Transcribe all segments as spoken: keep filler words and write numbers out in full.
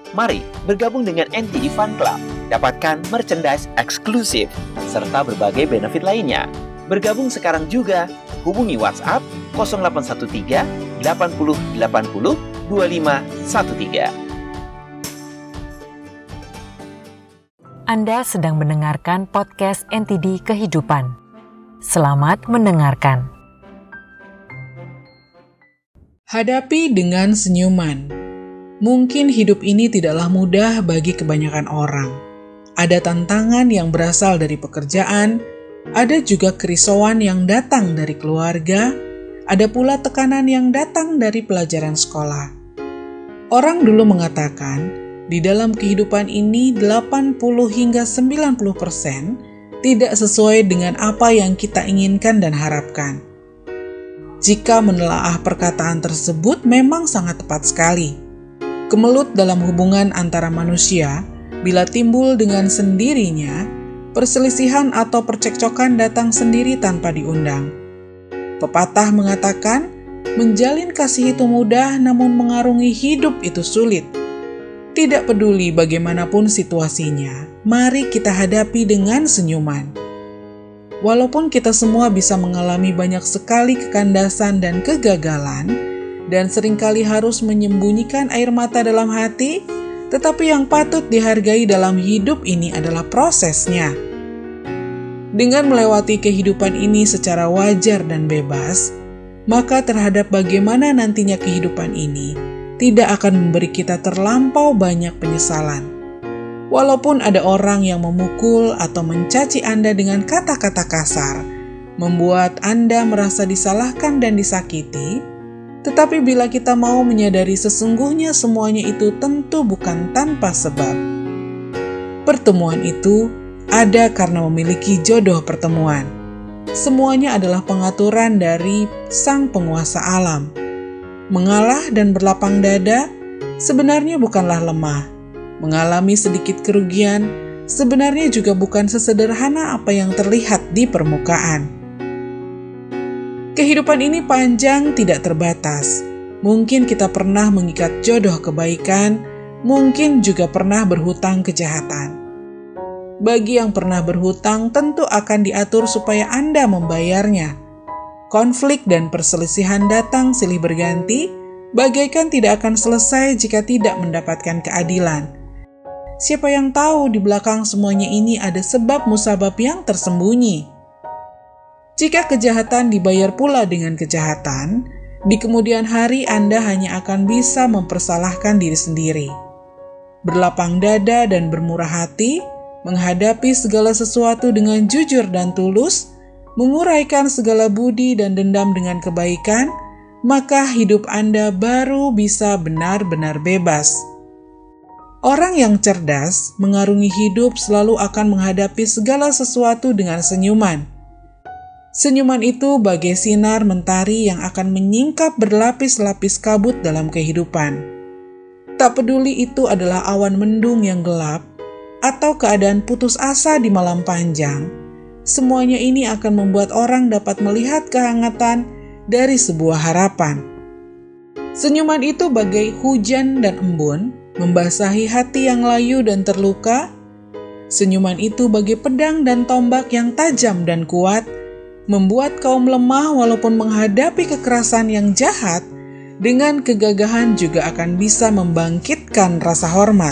Mari bergabung dengan N T D Fun Club, dapatkan merchandise eksklusif, serta berbagai benefit lainnya. Bergabung sekarang juga, hubungi WhatsApp nol delapan satu tiga delapan nol delapan nol dua lima satu tiga. Anda sedang mendengarkan podcast N T D Kehidupan. Selamat mendengarkan. Hadapi dengan senyuman. Mungkin hidup ini tidaklah mudah bagi kebanyakan orang. Ada tantangan yang berasal dari pekerjaan, ada juga kerisauan yang datang dari keluarga, ada pula tekanan yang datang dari pelajaran sekolah. Orang dulu mengatakan, di dalam kehidupan ini delapan puluh hingga sembilan puluh persen tidak sesuai dengan apa yang kita inginkan dan harapkan. Jika menelaah perkataan tersebut memang sangat tepat sekali. Kemelut dalam hubungan antara manusia, bila timbul dengan sendirinya, perselisihan atau percekcokan datang sendiri tanpa diundang. Pepatah mengatakan, menjalin kasih itu mudah, namun mengarungi hidup itu sulit. Tidak peduli bagaimanapun situasinya, mari kita hadapi dengan senyuman. Walaupun kita semua bisa mengalami banyak sekali kekandasan dan kegagalan, dan seringkali harus menyembunyikan air mata dalam hati, tetapi yang patut dihargai dalam hidup ini adalah prosesnya. Dengan melewati kehidupan ini secara wajar dan bebas, maka terhadap bagaimana nantinya kehidupan ini, tidak akan memberi kita terlampau banyak penyesalan. Walaupun ada orang yang memukul atau mencaci Anda dengan kata-kata kasar, membuat Anda merasa disalahkan dan disakiti, tetapi bila kita mau menyadari sesungguhnya semuanya itu tentu bukan tanpa sebab. Pertemuan itu ada karena memiliki jodoh pertemuan. Semuanya adalah pengaturan dari Sang Penguasa Alam. Mengalah dan berlapang dada sebenarnya bukanlah lemah. Mengalami sedikit kerugian sebenarnya juga bukan sesederhana apa yang terlihat di permukaan. Kehidupan ini panjang tidak terbatas. Mungkin kita pernah mengikat jodoh kebaikan, mungkin juga pernah berhutang kejahatan. Bagi yang pernah berhutang tentu akan diatur supaya Anda membayarnya. Konflik dan perselisihan datang silih berganti, bagaikan tidak akan selesai jika tidak mendapatkan keadilan. Siapa yang tahu di belakang semuanya ini ada sebab musabab yang tersembunyi. Jika kejahatan dibayar pula dengan kejahatan, di kemudian hari Anda hanya akan bisa mempersalahkan diri sendiri. Berlapang dada dan bermurah hati, menghadapi segala sesuatu dengan jujur dan tulus, menguraikan segala budi dan dendam dengan kebaikan, maka hidup Anda baru bisa benar-benar bebas. Orang yang cerdas mengarungi hidup selalu akan menghadapi segala sesuatu dengan senyuman. Senyuman itu bagai sinar mentari yang akan menyingkap berlapis-lapis kabut dalam kehidupan. Tak peduli itu adalah awan mendung yang gelap atau keadaan putus asa di malam panjang, semuanya ini akan membuat orang dapat melihat kehangatan dari sebuah harapan. Senyuman itu bagai hujan dan embun, membasahi hati yang layu dan terluka. Senyuman itu bagai pedang dan tombak yang tajam dan kuat, membuat kaum lemah walaupun menghadapi kekerasan yang jahat, dengan kegagahan juga akan bisa membangkitkan rasa hormat.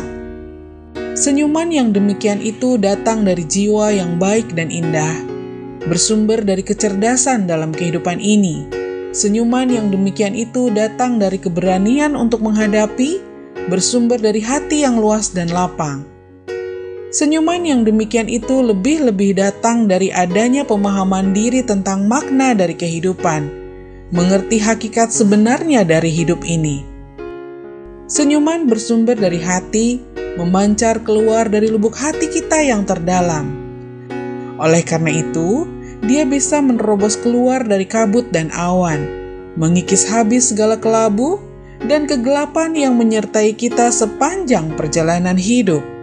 Senyuman yang demikian itu datang dari jiwa yang baik dan indah, bersumber dari kecerdasan dalam kehidupan ini. Senyuman yang demikian itu datang dari keberanian untuk menghadapi, bersumber dari hati yang luas dan lapang. Senyuman yang demikian itu lebih-lebih datang dari adanya pemahaman diri tentang makna dari kehidupan, mengerti hakikat sebenarnya dari hidup ini. Senyuman bersumber dari hati, memancar keluar dari lubuk hati kita yang terdalam. Oleh karena itu, dia bisa menerobos keluar dari kabut dan awan, mengikis habis segala kelabu dan kegelapan yang menyertai kita sepanjang perjalanan hidup.